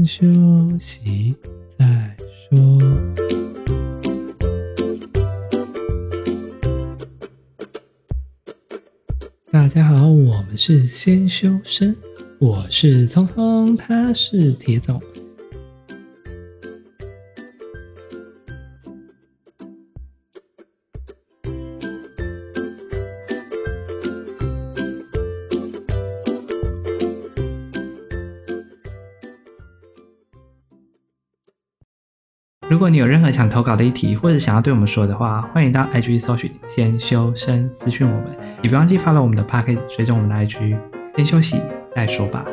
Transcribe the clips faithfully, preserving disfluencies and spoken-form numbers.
先休息再说。大家好，我们是先修身，我是聪聪，他是铁总。如果你有任何想投稿的议题，或者想要对我们说的话，欢迎到 I G 搜寻先修身私讯我们，也别忘记 follow 我们的 podcast， 追踪我们的 I G。 先休息再说吧。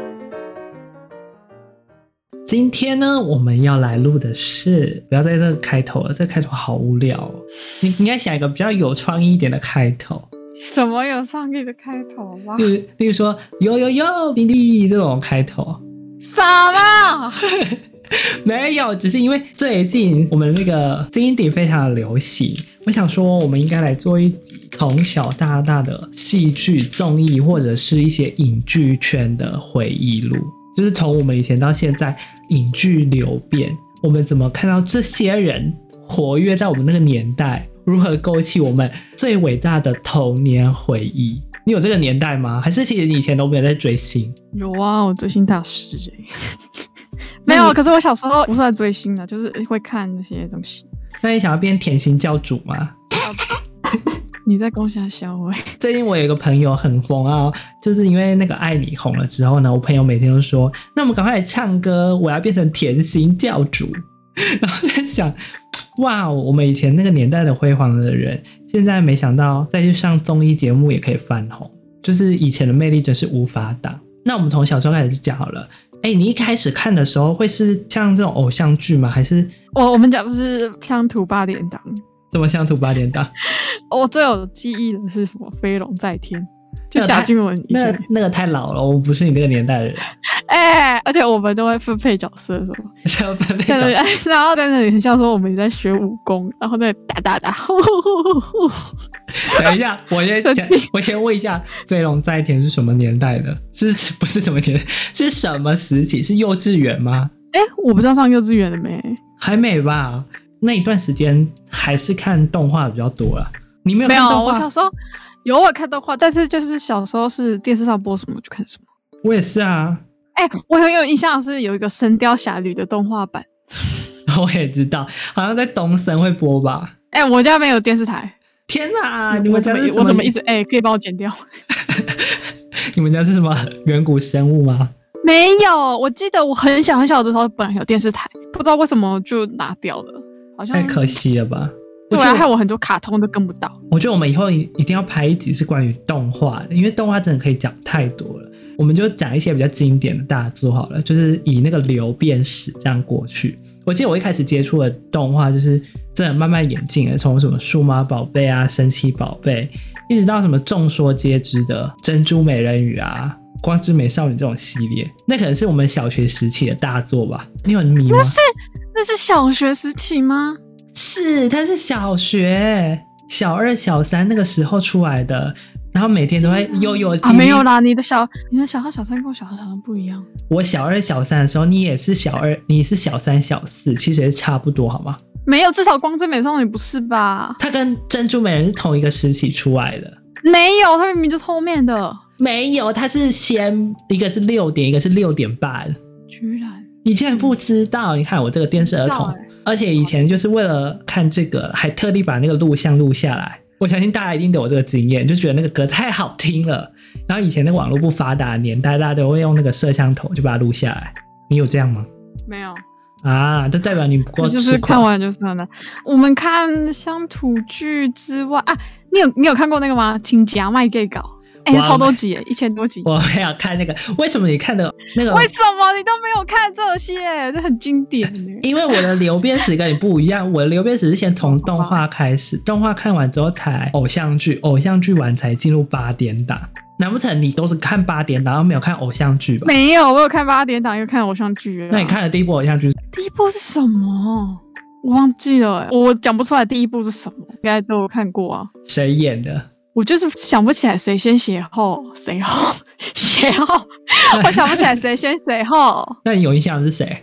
今天呢，我们要来录的是，不要在这个开头了，这个开头好无聊哦。你应该想一个比较有创意一点的开头。 什么有创意的开头吗？ 例如，例如说呦呦呦滴滴这种开头。 什么？ 没有，只是因为最近我们那个金鼎非常的流行，我想说我们应该来做一集从小到大的戏剧、综艺或者是一些影剧圈的回忆录，就是从我们以前到现在影剧流变，我们怎么看到这些人活跃在我们那个年代，如何勾起我们最伟大的童年回忆。你有这个年代吗？还是其实你以前都没有在追星？ 有啊，我追星大师欸。没有，可是我小时候不是在追星的，就是会看那些东西。 那你想要变甜心教主吗？ 你在攻下小伟。 最近我有一个朋友很疯啊，就是因为那个爱你红了之后呢，我朋友每天都说，那我们赶快来唱歌，我要变成甜心教主。然后在想，哇，我们以前那个年代的辉煌的人，现在没想到再去上综艺节目也可以翻红，就是以前的魅力真是无法挡。那我们从小时候开始讲好了。哎、欸，你一开始看的时候会是像这种偶像剧吗？还是我我们讲的是乡土八点档？ 什么乡土八点档？ 我最有记忆的是什么？飞龙在天，就贾静雯以前。 那那个太老了，我不是你这个年代的人。 哎、欸，而且我们都会分配角色，什么？ 分配角色。 对对对，然后在那里很像说我们在学武功，然后在打打打。呼呼呼呼等一下，我先讲，我先问一下，飞龙在天是什么年代的？是不是什么年代？是什么时期？是幼稚园吗？ 哎、欸，我不知道上幼稚园了没？ 还没吧？那一段时间还是看动画比较多啦。你没有看动画？ 没有，我小时候有我看动画，但是就是小时候是电视上播什么就看什么。 我也是啊。 哎、欸，我很有印象的是有一个《神雕侠侣》的动画版。 我也知道，好像在东森会播吧？ 哎、欸，我家没有电视台。 天哪！你们家是什么？ 我怎么一直哎、欸？可以帮我剪掉？ 你们家是什么远古生物吗？ 没有，我记得我很小很小的时候本来有电视台，不知道为什么就拿掉了，好像太可惜了吧？ 对啊，害我很多卡通都跟不到。 我觉得我们以后一定要拍一集是关于动画的，因为动画真的可以讲太多了。我们就讲一些比较经典的大作好了，就是以那个流变史这样过去。我记得我一开始接触的动画就是真的慢慢演进了，从什么数码宝贝啊、神奇宝贝，一直到什么众说皆知的珍珠美人鱼啊、光之美少女这种系列，那可能是我们小学时期的大作吧。你有很迷吗？ 那是那是小学时期吗？ 是，它是小学小二小三那个时候出来的，然后每天都会悠悠啊，没有啦，你的小你的小二小三跟我小二小三不一样。 我小二小三的时候，你也是小二，你是小三小四，其实也差不多，好吗？ 没有，至少光之美少女不是吧？ 它跟珍珠美人是同一个时期出来的。 没有，它明明就是后面的。 没有，它是先一个是六点，一个是六点半。 居然你竟然不知道？你看我这个电视儿童，欸、而且以前就是为了看这个，还特地把那个录像录下来。我相信大家一定都有这个经验，就觉得那个歌太好听了。然后以前那个网络不发达的年代，大家都会用那个摄像头就把它录下来。你有这样吗？ 没有啊，这代表你不够吃苦。 就是看完就算了。我们看乡土剧之外啊，你有你有看过那个吗？请假卖 gay 稿。哎、欸，超多集耶，一千多集。 我没有看那个，为什么你看的那个？ 为什么你都没有看这些？这很经典耶。 因为我的流变史跟你不一样，我的流变史是先从动画开始，动画看完之后才偶像剧，偶像剧完才进入八点档。难不成你都是看八点档，然后没有看偶像剧吧？ 没有，我有看八点档，又看偶像剧。 那你看的第一部偶像剧？ 第一部是什么？我忘记了，我讲不出来第一部是什么，应该都有看过啊。 谁演的？ 我就是想不起来谁先写后谁后写后，我想不起来谁先谁后。 那你有印象的是谁？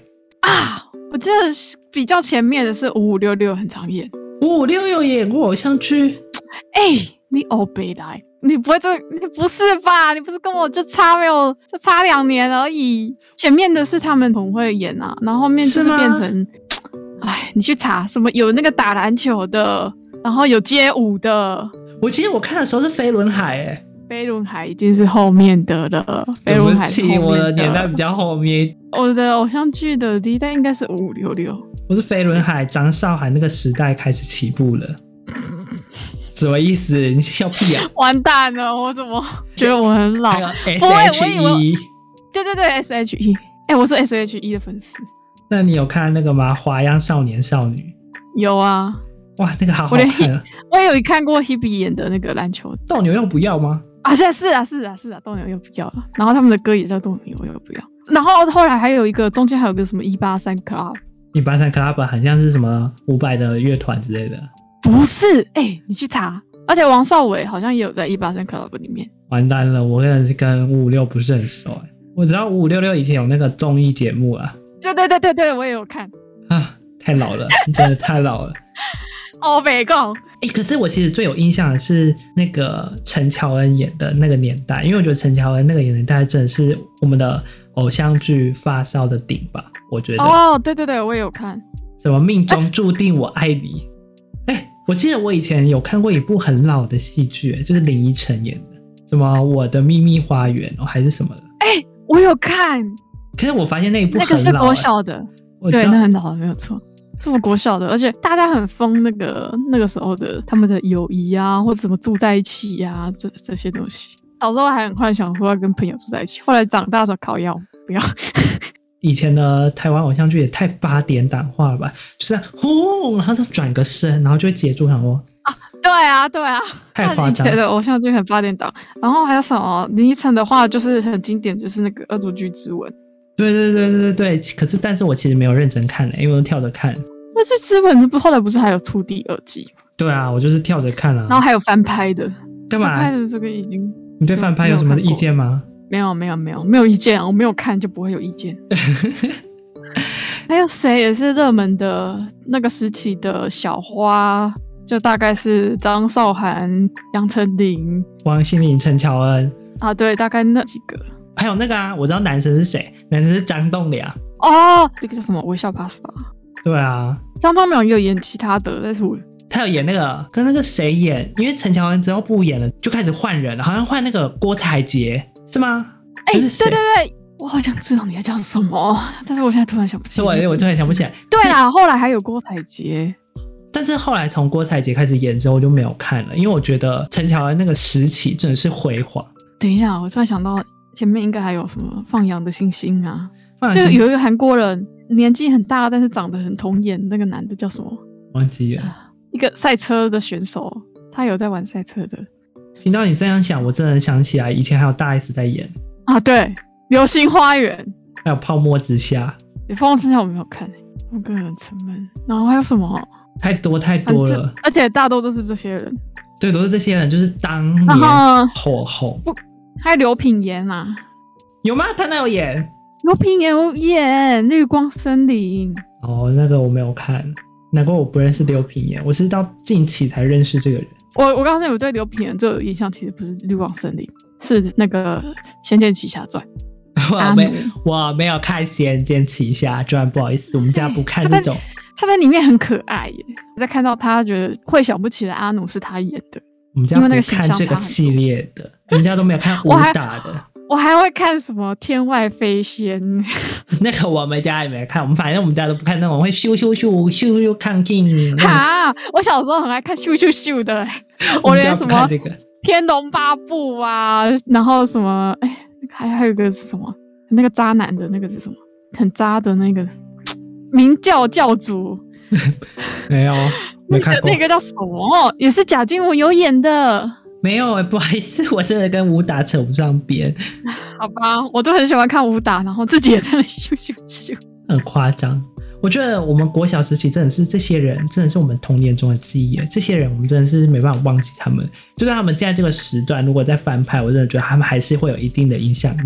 啊，我记得比较前面的是五五六六很常演， 五五六六演过偶像剧。 哎、欸，你欧北来，你不会这，你不是吧？你不是跟我就差没有，就差两年而已。前面的是他们很会演啊，然后后面就是变成，哎，你去查什么有那个打篮球的，然后有街舞的。 我记得我看的时候是飞轮海，哎， 飞轮海已经是后面的了。飞轮海是后面的， 我的年代比较后面。 我的偶像剧的第一代应该是五五六六。 我是飞轮海，张韶涵那个时代开始起步了。什么意思？你笑屁啊！ 完蛋了，我怎么觉得我很老？ 还有 S H E， 对对对 ，S H E， 哎、欸，我是 S H E 的粉丝。那你有看那个吗？花样少年少女？ 有啊。 哇，那个好好看啊！ 我也有看过 Hebe 演的那个篮球。 斗牛又不要吗？ 啊，是啊，是啊，是啊，是啊，斗牛又不要了。然后他们的歌也叫斗牛又不要。然后后来还有一个，中间还有个什么一八三 Club。 一八三 Club 很像是什么伍佰的乐团之类的。 不是，哎、欸，你去查。而且王少伟好像也有在一八三 Club 里面。 完蛋了，我真的是跟五五六不是很熟哎。我知道五五六六以前有那个综艺节目啊。 对对对对对，我也有看。 啊，太老了，真的太老了。 哦，没讲。 哎，可是我其实最有印象的是那个陈乔恩演的那个年代，因为我觉得陈乔恩那个年代真的是我们的偶像剧发烧的顶吧，我觉得。 哦，对对对，我也有看。 什么命中注定我爱你？哎，我记得我以前有看过一部很老的戏剧，就是林依晨演的，什么我的秘密花园哦，还是什么的。 哎，我有看。 可是我发现那一部很老， 那个是国小的，对，那很老的，没有错。是我国小的，而且大家很疯那个那个时候的他们的友谊啊，或者什么住在一起啊，这这些东西。小时候还很幻想说要跟朋友住在一起，后来长大的时候靠腰不要。 以前的台湾偶像剧也太八点档化了吧，就是轰，然后再转个身，然后就会接住，想说啊，对啊对啊， 太夸张。 以前的偶像剧很八点档，然后还有什么林依晨的话，就是很经典，就是那个《恶作剧之吻》。 对对对对对对，可是但是我其实没有认真看、欸、因为我跳着看。 那这之吻后来不是还有出第二季吗？ 对啊，我就是跳着看啊。 然后还有翻拍的。 干嘛？ 翻拍的这个已经…… 你对翻拍有什么意见吗？ 没有没有没有没有意见啊，我没有看就不会有意见。还有谁也是热门的那个时期的小花，就大概是张韶涵、杨丞琳、 王心凌、陈乔恩啊，对，大概那几个。 还有那个啊，我知道男生是谁，男生是张栋梁。 哦，那个叫什么？微笑 Pasta。 对啊， 张栋梁也有演其他的，但是我他有演那个跟那个谁演，因为陈乔恩之后不演了，就开始换人了，好像换那个郭采洁是吗？ 哎、欸，对对对，我好像知道你要讲什么，但是我现在突然想不起来。 对，我突然想不起来。 对啊，后来还有郭采洁， 但是后来从郭采洁开始演之后我就没有看了，因为我觉得陈乔恩那个时期真的是辉煌。 等一下，我突然想到前面应该还有什么放羊的星星啊， 就有一个韩国人年纪很大，但是长得很童颜，那个男的叫什么？ 忘记了。 一个赛车的选手，他有在玩赛车的。 听到你这样想，我真的想起来以前还有大 S 在演啊，对，流星花园， 还有泡沫之夏。 泡沫之夏我没有看、欸，我个人很沉闷。然后还有什么？ 太多太多了， 而且大多都是这些人。 对，都是这些人，就是当年火红。 不，还有刘品言啊？ 有吗？他那有演？ 刘品言有演《绿光森林》。 哦，那个我没有看，难怪我不认识刘品言，我是到近期才认识这个人。 我我告诉你，我对刘品言最有印象，其实不是《绿光森林》，是那个《仙剑奇侠传》。 我没我没有看《仙剑奇侠传》，不好意思，我们家不看这种。 他在里面很可爱耶，在看到他觉得会想不起来阿努是他演的。 我们家不看这个系列的，我们家都没有看武打的。 我还会看什么天外飞仙， 那个我们家也没看，我们反正我们家都不看那种会咻咻咻咻咻看 king。 哈，我小时候很爱看咻咻咻的，我连什么天龙八部啊，然后什么哎，还还有一个是什么？那个渣男的那个是什么？很渣的那个明教教主。 没有，没看过。 那个、那个叫什么？也是贾静雯有演的。 没有、欸、不好意思，我真的跟武打扯不上边。 好吧，我都很喜欢看武打，然后自己也在那里咻咻咻， 很夸张。我觉得我们国小时期真的是这些人，真的是我们童年中的记忆。这些人我们真的是没办法忘记他们。就算他们在这个时段如果在翻拍，我真的觉得他们还是会有一定的影响力。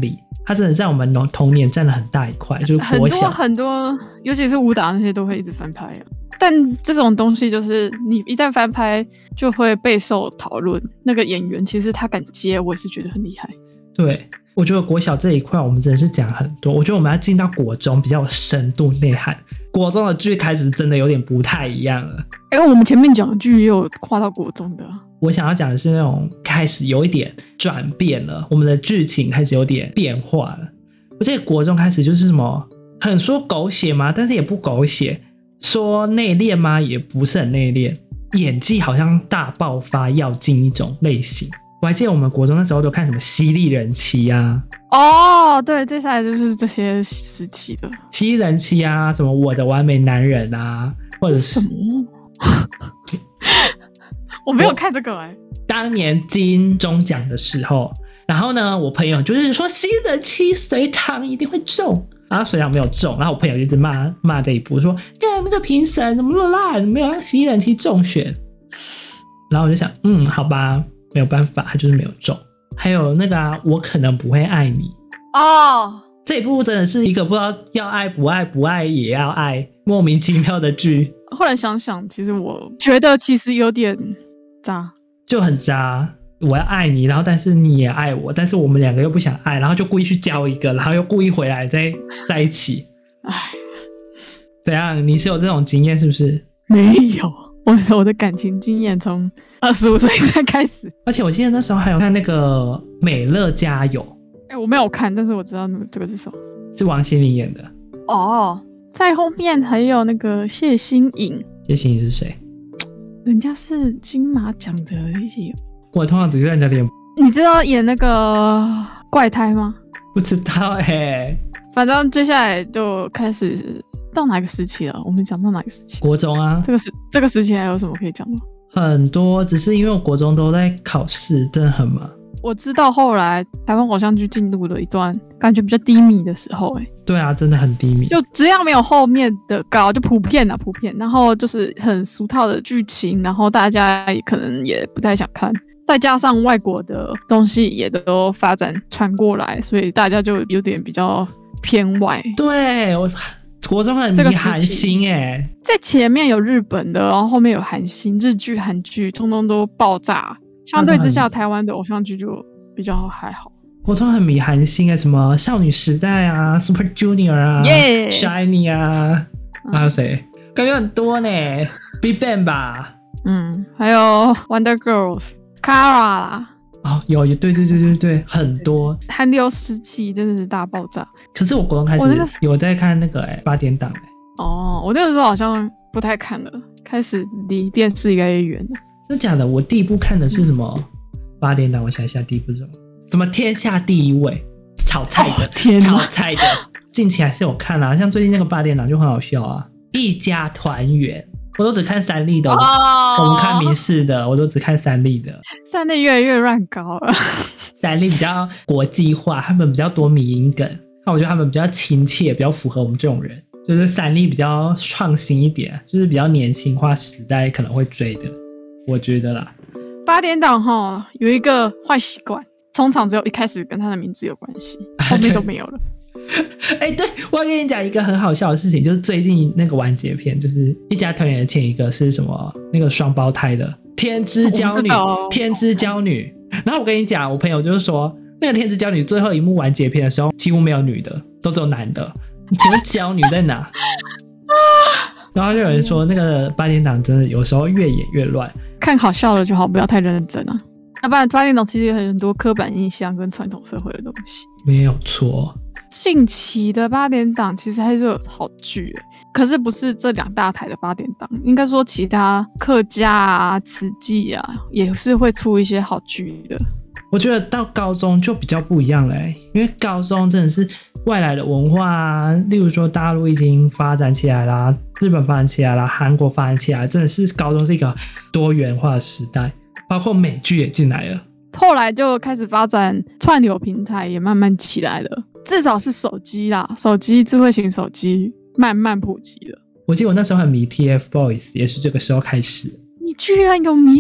它真的在我们童年占了很大一块，就是国小很多很多，尤其是武打那些都会一直翻拍啊。但这种东西就是你一旦翻拍就会备受讨论，那个演员其实他敢接，我也是觉得很厉害。 对，我觉得国小这一块我们真的是讲很多，我觉得我们要进到国中比较有深度内涵，国中的剧开始真的有点不太一样了。 哎、欸，我们前面讲的剧也有跨到国中的、啊。 我想要讲的是那种开始有一点转变了，我们的剧情开始有点变化了。我记得国中开始就是什么很说狗血吗？但是也不狗血，说内敛吗？也不是很内敛，演技好像大爆发，要进一种类型。我还记得我们国中那时候都看什么犀利人妻啊， 哦，对，接下来就是这些时期的犀利人妻啊，什么我的完美男人啊，或者是什么我没有看这个哎、欸。 当年金钟奖的时候，然后呢，我朋友就是说犀利人妻隋棠一定会中，然后隋棠没有中，然后我朋友就一直骂骂这一部，说看那个评审怎么那么烂，没有让犀利人妻中选。然后我就想，嗯，好吧。没有办法，他就是没有中。还有那个啊，我可能不会爱你哦， 这一部真的是一个不知道要爱不爱，不爱也要爱，莫名其妙的剧。 后来想想，其实我觉得其实有点渣， 就很渣。我要爱你，然后但是你也爱我，但是我们两个又不想爱，然后就故意去交一个，然后又故意回来再在一起。 唉， 怎样？你是有这种经验是不是？ 没有。我我的感情经验从二十五岁才开始， 而且我记得那时候还有看那个《美乐家有》， 哎、欸，我没有看，但是我知道那个这个是什么， 是王心凌演的。 哦，在后面还有那个谢欣颖， 谢欣颖是谁？ 人家是金马奖的， 我通常只认得脸。 你知道演那个怪胎吗？ 不知道哎、欸。 反正接下来就开始。到哪个时期了？我们讲到哪个时期？ 国中啊。 这个时这个时期还有什么可以讲吗？ 很多，只是因为我国中都在考试，真的很忙。 我知道后来台湾偶像剧进入了一段感觉比较低迷的时候、欸，哎， 对啊，真的很低迷。 就只要没有后面的高，就普遍啊，普遍。然后就是很俗套的剧情，然后大家也可能也不太想看。再加上外国的东西也都发展传过来，所以大家就有点比较偏外。 对我。国中很迷韩星哎， 在前面有日本的，然后后面有韩星，日剧、韩剧，通通都爆炸。相对之下，台湾的偶像剧就比较还好。 国中很迷韩星哎，什么少女时代啊、Super Junior 啊、 yeah. Shiny 啊，还有谁？感觉很多呢 ，Big Bang 吧， 嗯，还有 Wonder Girls、Kara 啦。 哦，有有，对对对对对，很多。 韩流时期真的是大爆炸。 可是我国中开始有在看那个哎八点档哎。 哦，我那个时候好像不太看了，开始离电视越来越远了。 真的假的？我第一部看的是什么八点档？我想一下，第一部是什么？什么天下第一位炒菜的？ 哦、天炒菜的。近期还是有看啊，像最近那个八点档就很好笑啊，一家团圆。我都只看三立的、哦，我们看民视的，我都只看三立的。 三立越来越乱搞了。 三立比较国际化，他们比较多迷因梗，那我觉得他们比较亲切，比较符合我们这种人。就是三立比较创新一点，就是比较年轻化时代可能会追的，我觉得啦。 八点档齁有一个坏习惯，通常只有一开始跟他的名字有关系，后面都没有了。 哎、欸，对，我要跟你讲一个很好笑的事情，就是最近那个完结篇，就是一家团圆的前一个是什么？那个双胞胎的天之娇女，天之娇女。然后我跟你讲，我朋友就是说，那个天之娇女最后一幕完结篇的时候，几乎没有女的，都只有男的。你请问娇女在哪？然后就有人说，那个八点档真的有时候越演越乱。 看好笑了就好，不要太认真啊。要不然八点档其实有很多刻板印象跟传统社会的东西。 没有错。 近期的八点档其实还是有好剧，可是不是这两大台的八点档，应该说其他客家啊、慈济啊也是会出一些好剧的。 我觉得到高中就比较不一样了、欸、因为高中真的是外来的文化啊，例如说大陆已经发展起来啦，日本发展起来啦，韩国发展起来，真的是高中是一个多元化的时代，包括美剧也进来了。 后来就开始发展串流平台，也慢慢起来了，至少是手机啦，手机智慧型手机慢慢普及了。 我记得我那时候很迷 T F Boys， 也是这个时候开始。 你居然有迷 T F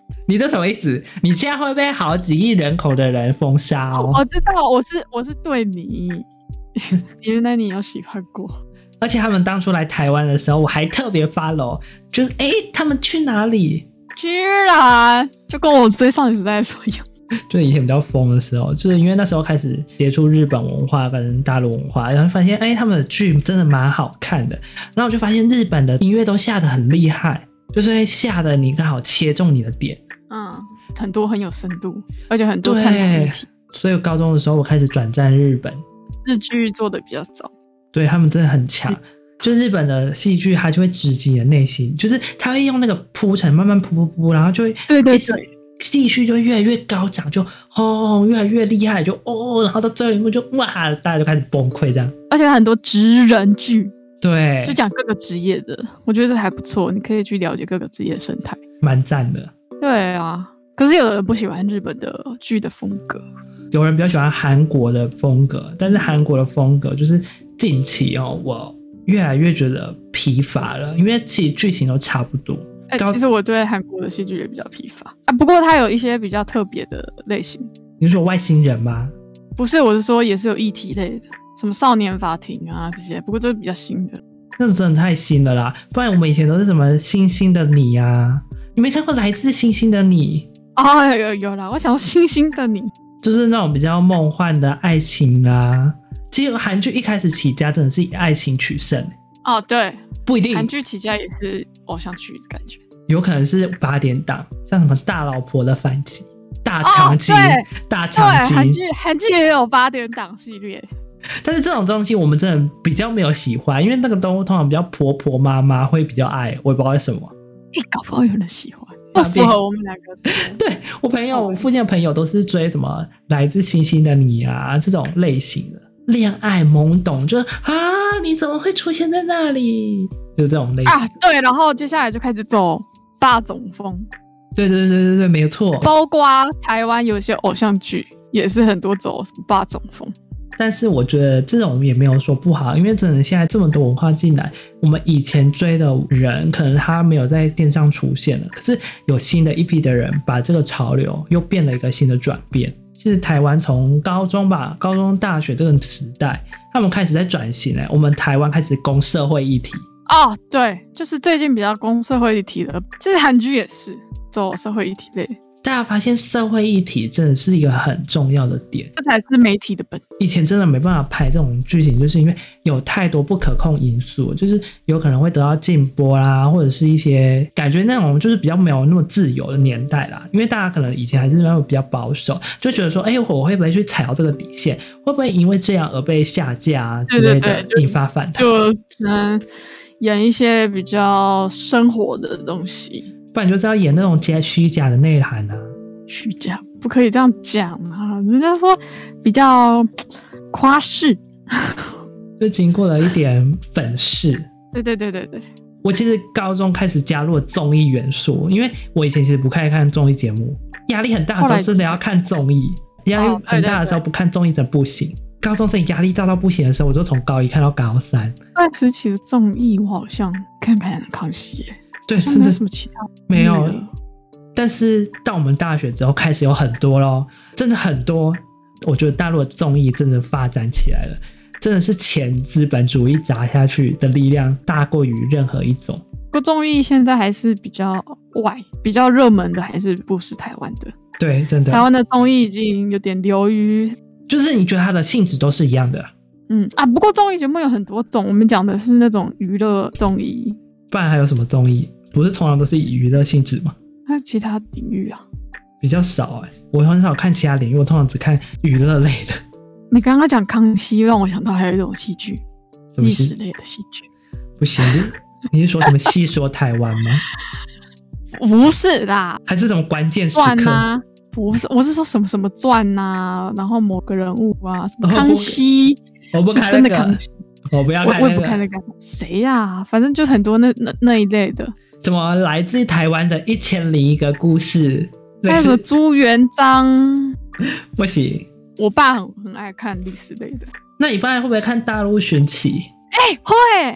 你这什么意思？你现在会被好几亿人口的人封杀哦。 我知道，我是我是对你，原来你有喜欢过。 而且他们当初来台湾的时候，我还特别 follow， 就是哎，他们去哪里？ 居然就跟我追少女时代的时候一样。 就以前比较疯的时候，就是因为那时候开始接触日本文化跟大陆文化，然后发现哎，他们的剧真的蛮好看的。然后我就发现日本的音乐都下得很厉害，就是会下得你刚好切中你的点。 嗯，很多很有深度，而且很多探讨议题。 所以高中的时候我开始转战日本， 日剧做的比较早。 对，他们真的很强。就日本的戏剧，它就会直击你的内心，就是它会用那个铺陈，慢慢铺铺铺，然后就会对对对。 继续就越来越高涨，就轰越来越厉害，就哦，然后到最后一幕就哇，大家就开始崩溃这样。 而且很多职人剧， 对， 就讲各个职业的，我觉得这还不错，你可以去了解各个职业生态， 蛮赞的。 对啊，可是有人不喜欢日本的剧的风格， 有人比较喜欢韩国的风格，但是韩国的风格就是近期哦，我越来越觉得疲乏了，因为其实剧情都差不多。 欸、其实我对韩国的戏剧也比较疲乏啊，不过它有一些比较特别的类型。 你是说外星人吗？ 不是，我是说也是有议题类的，什么少年法庭啊这些，不过这是比较新的。 那是真的太新了啦，不然我们以前都是什么星星的你啊，你没看过来自星星的你？ 哦，有有有啦，我想说星星的你， 就是那种比较梦幻的爱情啊。其实韩剧一开始起家真的是以爱情取胜。 哦，对， 不一定， 韩剧起家也是偶像剧的感觉， 有可能是八点档，像什么大老婆的反击、大长今、 哦、 大长今， 韩剧韩剧也有八点档系列， 但是这种东西我们真的比较没有喜欢，因为那个东西通常比较婆婆妈妈会比较爱，我也不知道为什么。 欸、搞不好有人喜欢，不符合我们两个。 对，我朋友，我附近的朋友都是追什么来自星星的你啊这种类型的。恋爱懵懂，就啊，你怎么会出现在那里？就这种类型啊， 对，然后接下来就开始走霸总风， 对对对对对，没错。 包括台湾有些偶像剧也是很多走什么霸总风， 但是我觉得这种也没有说不好，因为真的现在这么多文化进来，我们以前追的人可能他没有在电上出现了，可是有新的一批的人把这个潮流又变了一个新的转变。其实台湾从高中吧，高中大学这个时代，他们开始在转型了。我们台湾开始攻社会议题。 哦，对，就是最近比较攻社会议题的，其实韩剧也是走社会议题类。 大家发现社会议题真的是一个很重要的点， 这才是媒体的本质。 以前真的没办法拍这种剧情，就是因为有太多不可控因素，就是有可能会得到禁播啦，或者是一些感觉那种就是比较没有那么自由的年代啦。因为大家可能以前还是比较保守，就觉得说，哎，我会不会去踩到这个底线？会不会因为这样而被下架啊之类的， 对对对， 引发反弹？ 就只能演一些比较生活的东西， 不然就是要演那种虚假的内涵啊。 虚假不可以这样讲啊！人家说比较夸饰， 就经过了一点粉饰。 对对对对对。 我其实高中开始加入了综艺元素，因为我以前其实不太看综艺节目，压力很大的时候真的要看综艺，压力很大的时候不看综艺真的不行。哦、对对对，高中生压力大到不行的时候，我就从高一看到高三。 那时期的综艺我好像看看康熙耶， 对，真的没什么其他没有。但是到我们大学之后开始有很多咯，真的很多。我觉得大陆的综艺真的发展起来了，真的是前资本主义砸下去的力量大过于任何一种。 不过综艺现在还是比较外比较热门的，还是不是台湾的。 对，真的台湾的综艺已经有点流于， 就是你觉得它的性质都是一样的。 嗯啊，不过综艺节目有很多种，我们讲的是那种娱乐综艺。 不然还有什么综艺不是通常都是以娱乐性质吗？ 还有其他领域啊？ 比较少哎、欸，我很少看其他领域，我通常只看娱乐类的。 你刚刚讲康熙，让我想到还有一种戏剧，历史类的戏剧。 不行，你是说什么戏说台湾吗？ 不是啦， 还是什么关键时刻？ 啊、不是，我是说什么什么传啊，然后某个人物啊，什么康熙， 我不看、那個、 真的康熙， 我不要看、那個， 我也不看那个。谁呀、啊？反正就很多那那那一类的。 什么来自台湾的一千零一个故事， 还有什么朱元璋？ 不行， 我爸很很爱看历史类的。 那你爸会不会看大陆寻奇？ 哎、欸，会。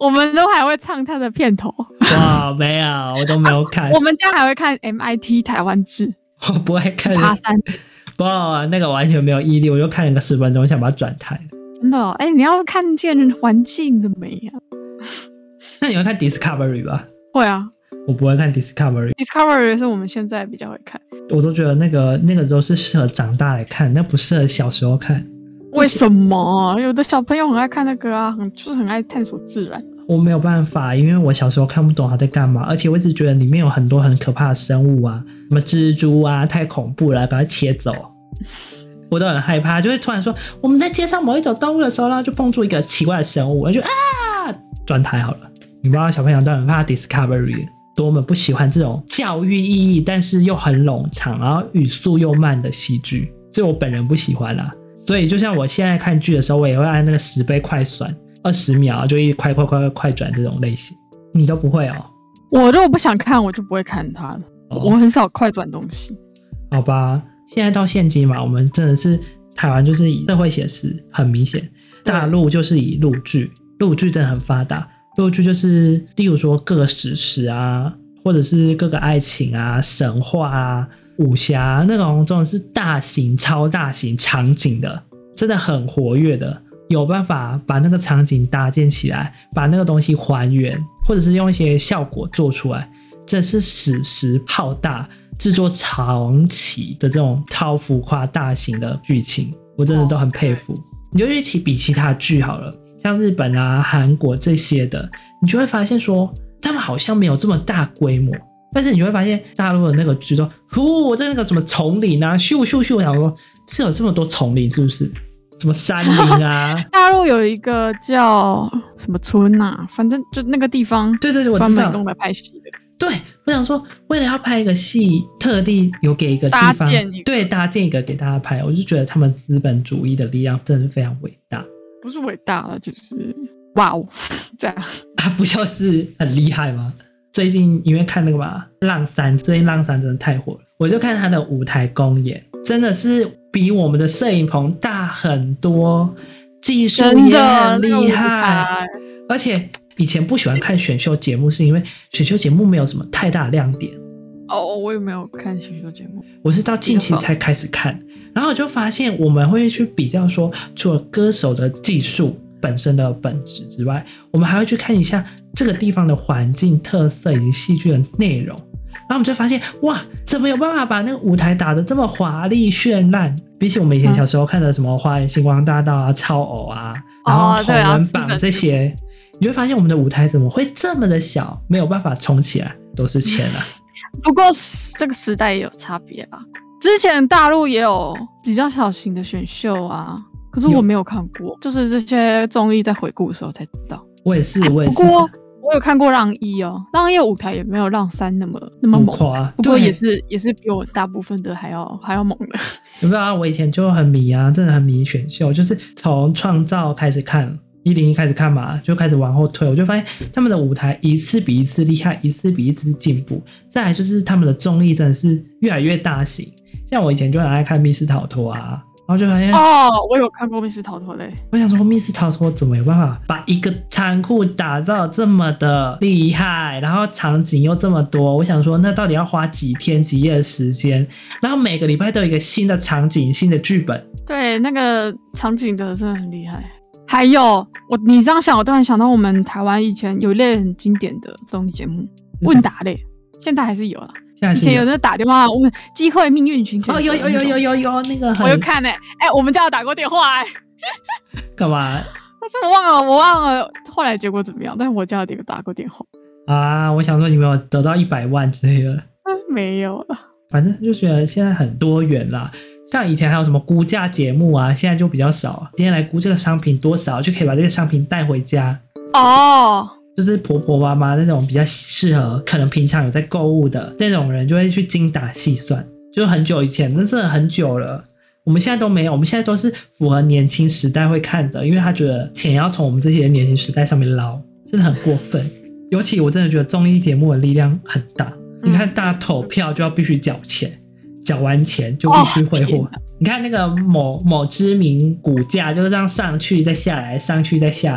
我们都还会唱他的片头。 哇，没有，我都没有看。 我们家还会看 M I T 台湾志。 我不会看爬山。 不，那个完全没有毅力，我就看了个十分钟，想把它转台。 真的哦，哎、欸，你要看见环境的美啊。 那你会看 Discovery 吧？ 会啊。 我不会看 Discovery。Discovery 是我们现在比较会看。 我都觉得那个那个都是适合长大来看，那不适合小时候看。 为什么？有的小朋友很爱看那个啊，很就是很爱探索自然。 我没有办法，因为我小时候看不懂他在干嘛，而且我一直觉得里面有很多很可怕的生物啊，什么蜘蛛啊，太恐怖了，把它切走。我都很害怕，就会突然说我们在介绍某一种动物的时候，然后就蹦出一个奇怪的生物，我就啊转台好了。你不知道小朋友都很怕 Discovery， 多么不喜欢这种教育意义但是又很冗长，然后语速又慢的戏剧，所以我本人不喜欢啦。所以就像我现在看剧的时候，我也会按那个十倍快转，二十秒就一快快快快快转这种类型。你都不会哦？ 我如果不想看，我就不会看它了。哦、我很少快转东西。 好吧，现在到现今嘛，我们真的是台湾就是以社会写实很明显，大陆就是以陆剧，陆剧真的很发达。陆剧就是例如说各个史实啊，或者是各个爱情啊、神话啊、武侠那种，这种是大型超大型场景的，真的很活跃的，有办法把那个场景搭建起来，把那个东西还原，或者是用一些效果做出来，这是史实浩大制作长期的这种超浮夸大型的剧情，我真的都很佩服。你就一起比其他剧好了，像日本啊、韩国这些的，你就会发现说他们好像没有这么大规模，但是你会发现大陆的那个剧说呼在那个什么丛林啊咻咻咻，我想说是有这么多丛林是不是？什么山林啊大陆有一个叫什么村啊，反正就那个地方， 对对对，我知道， 专门用来拍戏的。 对，我想说为了要拍一个戏，特地有给一个地方搭建一个， 对，搭建一个给大家拍，我就觉得他们资本主义的力量真的是非常伟大。 不是伟大了，就是哇哦这样啊，不就是很厉害吗？最近因为看那个嘛浪三，最近浪三真的太火了，我就看他的舞台公演，真的是比我们的摄影棚大很多，技术也很厉害，而且以前不喜欢看选秀节目是因为选秀节目没有什么太大的亮点。 哦，我也没有看选秀节目， 我是到近期才开始看，然后我就发现我们会去比较说，除了歌手的技术本身的本质之外，我们还会去看一下这个地方的环境特色以及戏剧的内容，然后我们就发现哇，怎么有办法把那个舞台打得这么华丽绚烂，比起我们以前小时候看的什么花园星光大道啊、超偶啊，然后同人榜这些、哦啊、你会发现我们的舞台怎么会这么的小，没有办法冲起来，都是钱啊。 不过这个时代也有差别啦，之前大陆也有比较小型的选秀啊，可是我没有看过，就是这些综艺在回顾的时候才知道。 我也是，我也是。 不过我有看过让一哦，让一的舞台也没有让三那么那么猛，不过也是也是比我大部分的还要还要猛的。 有没有啊？我以前就很迷啊，真的很迷选秀，就是从创造开始看。一零一开始看嘛，就开始往后推，我就发现他们的舞台一次比一次厉害，一次比一次进步。再来就是他们的综艺真的是越来越大型，像我以前就很爱看密室逃脱啊，然后就发现哦，我有看过密室逃脱嘞。 我想说密室逃脱怎么有办法把一个仓库打造这么的厉害，然后场景又这么多，我想说那到底要花几天几夜的时间，然后每个礼拜都有一个新的场景、新的剧本。 对，那个场景的真的很厉害。还有我，你这样想，我突然想到我们台湾以前有一类很经典的综艺节目，问答类，现在还是有啦。以前有那打电话问机会命运寻选手， 哦，有有有有有有那个很， 我有看哎、欸，哎、欸，我们家有打过电话哎、欸， 干嘛？ 但是我忘了，我忘了后来结果怎么样，但是我家有打过电话啊。我想说你没有得到一百万之类的， 嗯，没有了。 反正就觉得现在很多元啦。像以前还有什么估价节目啊，现在就比较少。今天来估这个商品多少，就可以把这个商品带回家。 哦， 就是婆婆妈妈那种比较适合，可能平常有在购物的那种人，就会去精打细算。就是很久以前，那真的很久了。我们现在都没有，我们现在都是符合年轻时代会看的，因为他觉得钱要从我们这些年轻时代上面捞，真的很过分。尤其我真的觉得综艺节目的力量很大。你看大家投票就要必须缴钱。缴完钱就必须挥霍、哦、你看那个某某知名股价就是这样上去再下来上去再下来，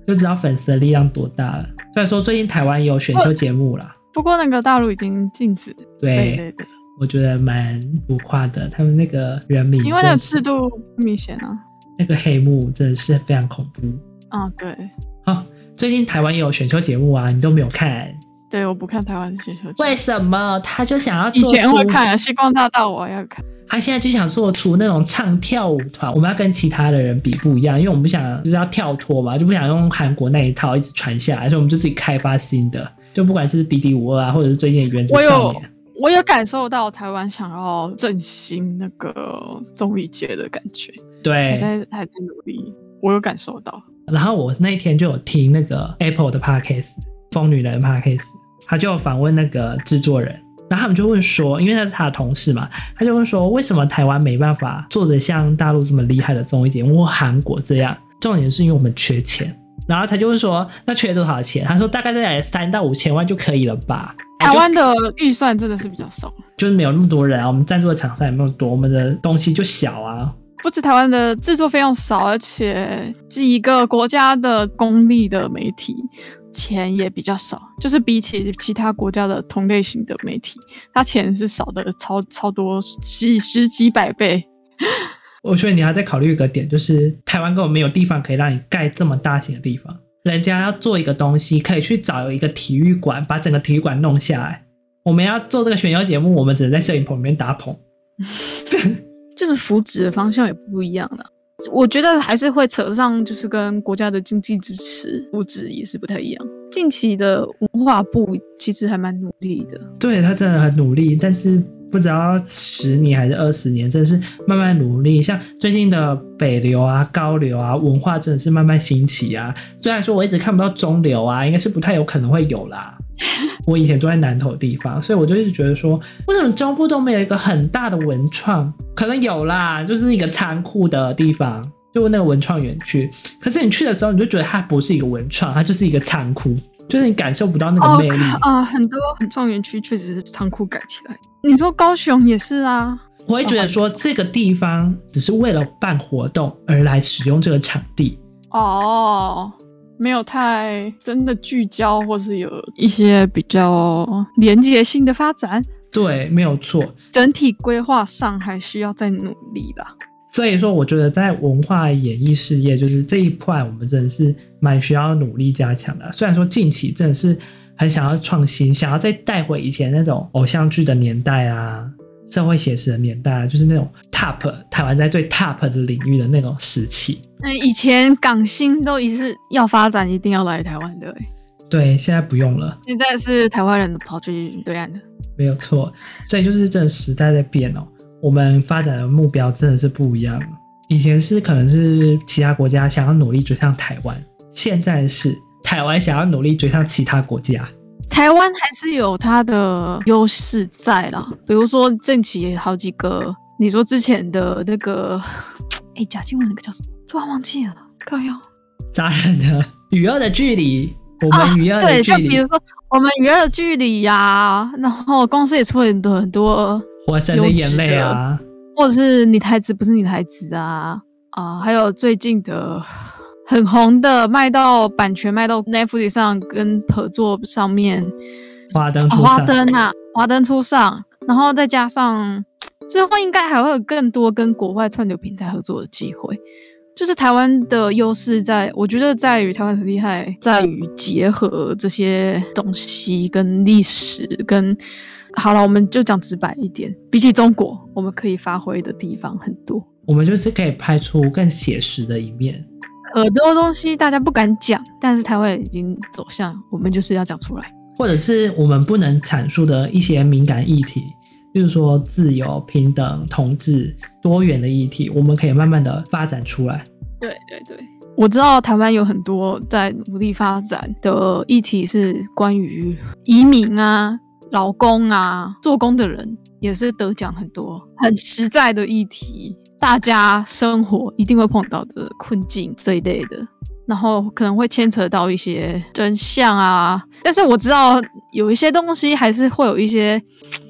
就知道粉丝的力量多大了。虽然说最近台湾也有选秀节目啦， 不过那个大陆已经禁止这一类的， 我觉得蛮浮夸的。他们那个人民， 因为那个制度不明显啊， 那个黑幕真的是非常恐怖。 啊、哦，对。 好，最近台湾也有选秀节目啊，你都没有看？ 对，我不看台湾的选秀节目。 为什么？他就想要做出， 以前会看啊，星光大道我要看。 他现在就想做出那种唱跳舞团，我们要跟其他的人比不一样，因为我们不想就是要跳脱嘛，就不想用韩国那一套一直传下来，所以我们就自己开发新的，就不管是迪迪五二啊，或者是最近的原子少年。 我有感受到台湾想要振兴那个综艺界的感觉， 对， 还在还在努力，我有感受到。 然后我那一天就有听那个 Apple 的 Podcast 疯女人 Podcast， 他就有访问那个制作人，然后他们就问说，因为他是他的同事嘛，他就问说为什么台湾没办法做着像大陆这么厉害的综艺节目或韩国这样，重点是因为我们缺钱。然后他就问说那缺多少钱，他说大概在三到五千万就可以了吧。 台湾的预算真的是比较少， 就是没有那么多人啊，我们赞助的厂商也没有多，我们的东西就小啊。 不止台湾的制作费用少，而且几个国家的公立的媒体钱也比较少，就是比起其他国家的同类型的媒体，它钱是少的超超多几十几百倍。 我觉得你还在考虑一个点，就是台湾根本没有地方可以让你盖这么大型的地方，人家要做一个东西可以去找一个体育馆把整个体育馆弄下来，我们要做这个选秀节目，我们只能在摄影棚里面搭棚。 就是扶植的方向也不一样了，我觉得还是会扯上就是跟国家的经济支持扶植也是不太一样。近期的文化部其实还蛮努力的， 对，他真的很努力，但是不知道十年还是二十年，真的是慢慢努力。像最近的北流啊、高流啊，文化真的是慢慢兴起啊。虽然说我一直看不到中流啊，应该是不太有可能会有啦。我以前住在南投的地方，所以我就一直觉得说，为什么中部都没有一个很大的文创？可能有啦，就是一个仓库的地方，就那个文创园区。可是你去的时候，你就觉得它不是一个文创，它就是一个仓库，就是你感受不到那个魅力啊、 哦呃。很多文创园区确实是仓库改起来。你说高雄也是啊， 我会觉得说这个地方只是为了办活动而来使用这个场地哦。没有太真的聚焦，或是有一些比较连结性的发展。 对，没有错， 整体规划上还需要再努力啦。 所以说我觉得在文化演艺事业就是这一块我们真的是蛮需要努力加强的。虽然说近期真的是很想要创新，想要再带回以前那种偶像剧的年代啊，社会写实的年代啊，就是那种 top 台湾在最 top 的领域的那种时期。 以前港星都一是要发展一定要来台湾的、欸、 对，现在不用了， 现在是台湾人跑去对岸的， 没有错。所以就是真的时代在变哦，我们发展的目标真的是不一样。以前是可能是其他国家想要努力追上台湾，现在是台湾想要努力追上其他国家。 台湾还是有它的优势在啦，比如说近期好几个，你说之前的那个哎，贾静雯那个叫什么？突然忘记了，靠腰。 扎人的与恶的距离，我们与恶的距离、 啊。对，就比如说我们与恶的距离呀、啊，然后公司也出了很多很多火神的眼泪啊， 或者是你的孩子不是你的孩子啊啊，还有最近的很红的卖到版权卖到 Netflix 上跟合作上面， 华灯初上， 华灯啊，华灯初上，然后再加上。之后应该还会有更多跟国外串流平台合作的机会，就是台湾的优势在，我觉得在于台湾很厉害，在于结合这些东西跟历史跟，好了，我们就讲直白一点，比起中国，我们可以发挥的地方很多， 我们就是可以拍出更写实的一面。 很多东西大家不敢讲，但是台湾已经走向，我们就是要讲出来， 或者是我们不能阐述的一些敏感议题。比如说自由、平等、同志、多元的议题，我们可以慢慢的发展出来。 对对对，我知道台湾有很多在努力发展的议题是关于移民啊、劳工啊、做工的人，也是得奖很多，很实在的议题，大家生活一定会碰到的困境这一类的。然后可能会牵扯到一些真相啊，但是我知道有一些东西还是会有一些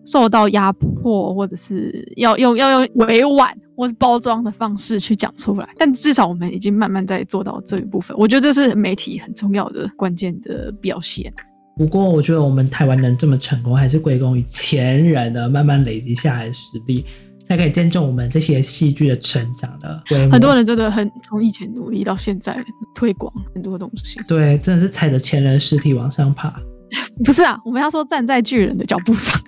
受到压迫，或者是要用要用委婉或是包装的方式去讲出来，但至少我们已经慢慢在做到这一部分，我觉得这是媒体很重要的关键的表现。 不过我觉得我们台湾能这么成功，还是归功于前人的慢慢累积下来的实力，才可以见证我们这些戏剧的成长的规模。 很多人真的很从以前努力到现在推广很多东西， 对，真的是踩着前人的尸体往上爬。 不是啊，我们要说站在巨人的脚步上。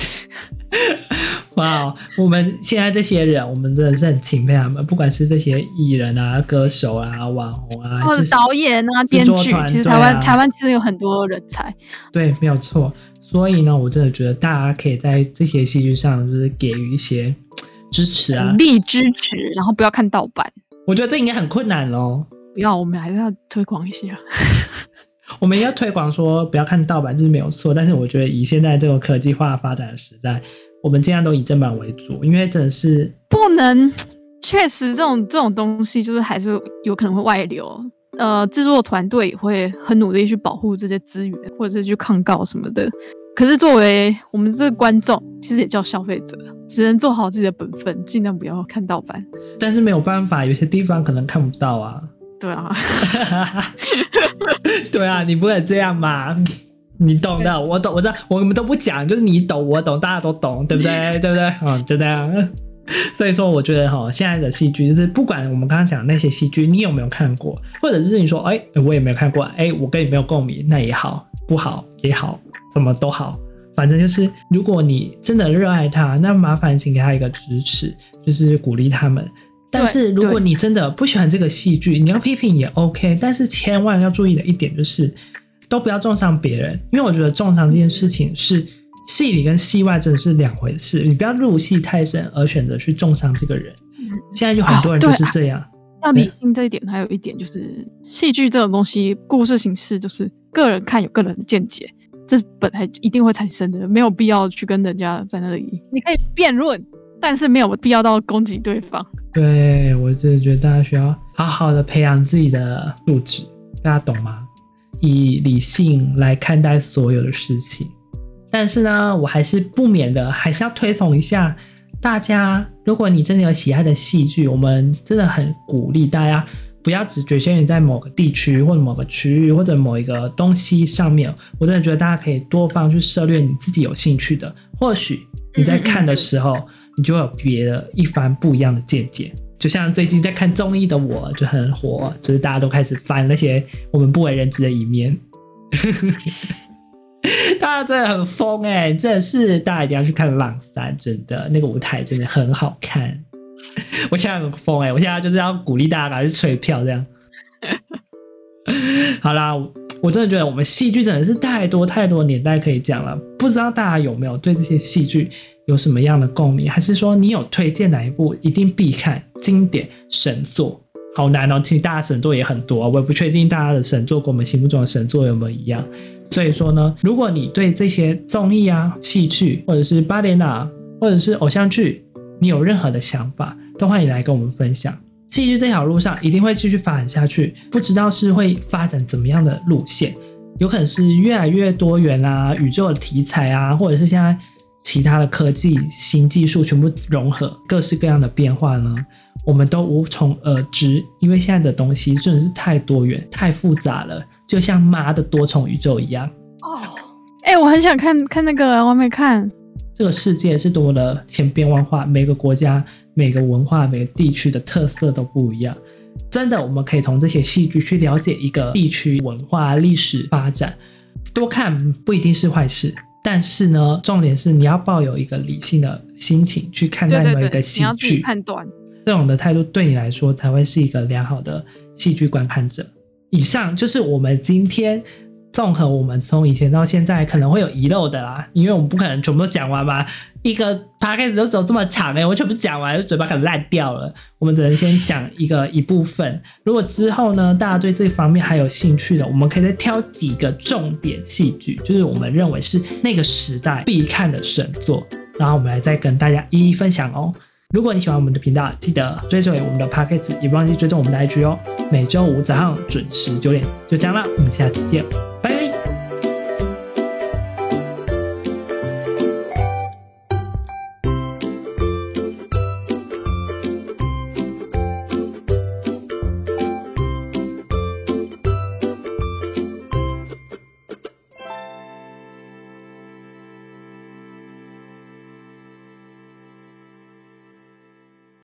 哇、wow, 我们现在这些人，我们真的是很钦佩他们，不管是这些艺人啊、歌手啊、网红啊， 或者导演啊、编剧，其实台湾、啊、台湾其实有很多人才。 对，没有错。所以呢，我真的觉得大家可以在这些戏剧上就是给予一些支持啊， 鼓励支持，然后不要看盗版。 我觉得这应该很困难咯。 不要，我们还是要推广一下。 我们要推广说不要看盗版，这是没有错。但是我觉得以现在这种科技化发展的时代，我们尽量都以正版为主，因为真的是不能，确实这种这种东西就是还是有可能会外流。呃，制作团队也会很努力去保护这些资源，或者是去抗告什么的。可是作为我们这个观众，其实也叫消费者，只能做好自己的本分，尽量不要看盗版。 但是没有办法，有些地方可能看不到啊。 对啊， 对啊，你不能这样嘛。你懂的，我懂，我知道，我们都不讲，就是你懂我懂，大家都懂，对不对？对不对？嗯，就这样。所以说我觉得齁，现在的戏剧就是不管我们刚刚讲的那些戏剧你有没有看过，或者是你说哎、欸，我也没有看过，哎、欸，我跟你没有共鸣，那也好，不好也好，什么都好，反正就是如果你真的热爱它，那麻烦请给他一个支持，就是鼓励他们。但是如果你真的不喜欢这个戏剧，你要批评也 OK， 但是千万要注意的一点就是都不要中伤别人，因为我觉得中伤这件事情是戏里跟戏外真的是两回事，你不要入戏太深而选择去中伤这个人、嗯、现在就很多人就是这样、 哦、要理性这一点。还有一点就是戏剧这种东西故事形式就是个人看有个人的见解，这本来一定会产生的，没有必要去跟人家在那里，你可以辩论，但是没有必要到攻击对方。 对，我真的觉得大家需要好好的培养自己的素质，大家懂吗？以理性来看待所有的事情。但是呢，我还是不免的还是要推崇一下大家，如果你真的有喜爱的戏剧，我们真的很鼓励大家不要只局限于在某个地区或者某个区域或者某一个东西上面，我真的觉得大家可以多方去涉猎你自己有兴趣的，或许你在看的时候、嗯嗯、你就会有别的一番不一样的见解。就像最近在看综艺的我就很火，就是大家都开始翻那些我们不为人知的一面。大家真的很疯哎、欸，真的是大家一定要去看浪三，真的那个舞台真的很好看。我现在很疯哎、欸，我现在就是要鼓励大家赶快去吹票这样。好啦，我真的觉得我们戏剧真的是太多太多年代可以讲了，不知道大家有没有对这些戏剧有什么样的共鸣，还是说你有推荐哪一部一定必看经典神作？好难哦，其实大家神作也很多，我也不确定大家的神作跟我们心目中的神作有没有一样。所以说呢，如果你对这些综艺啊、戏剧或者是芭蕾啊或者是偶像剧你有任何的想法，都欢迎来跟我们分享。戏剧这条路上一定会继续发展下去，不知道是会发展怎么样的路线，有可能是越来越多元啊，宇宙的题材啊，或者是现在其他的科技新技术全部融合，各式各样的变化呢，我们都无从而知，因为现在的东西真的是太多元太复杂了，就像妈的多重宇宙一样。 哦，哎、欸，我很想看看那个，我还没看。 这个世界是多么的千变万化，每个国家、每个文化、每个地区的特色都不一样。真的，我们可以从这些戏剧去了解一个地区文化、历史发展。多看不一定是坏事，但是呢，重点是你要抱有一个理性的心情去看待每一个戏剧， 对对对，你要自己判断。 这种的态度对你来说才会是一个良好的戏剧观看者。以上就是我们今天综合我们从以前到现在可能会有遗漏的啦，因为我们不可能全部都讲完嘛，一个 podcast 都走这么长、欸、我全部讲完嘴巴可能烂掉了，我们只能先讲一个一部分。如果之后呢大家对这方面还有兴趣的，我们可以再挑几个重点戏剧，就是我们认为是那个时代必看的神作，然后我们来再跟大家一一分享哦。如果你喜欢我们的频道，记得追踪我们的 podcast， 也不忘记追踪我们的 I G 哦。每周五早上准时九点，就这样啦，我们下次见。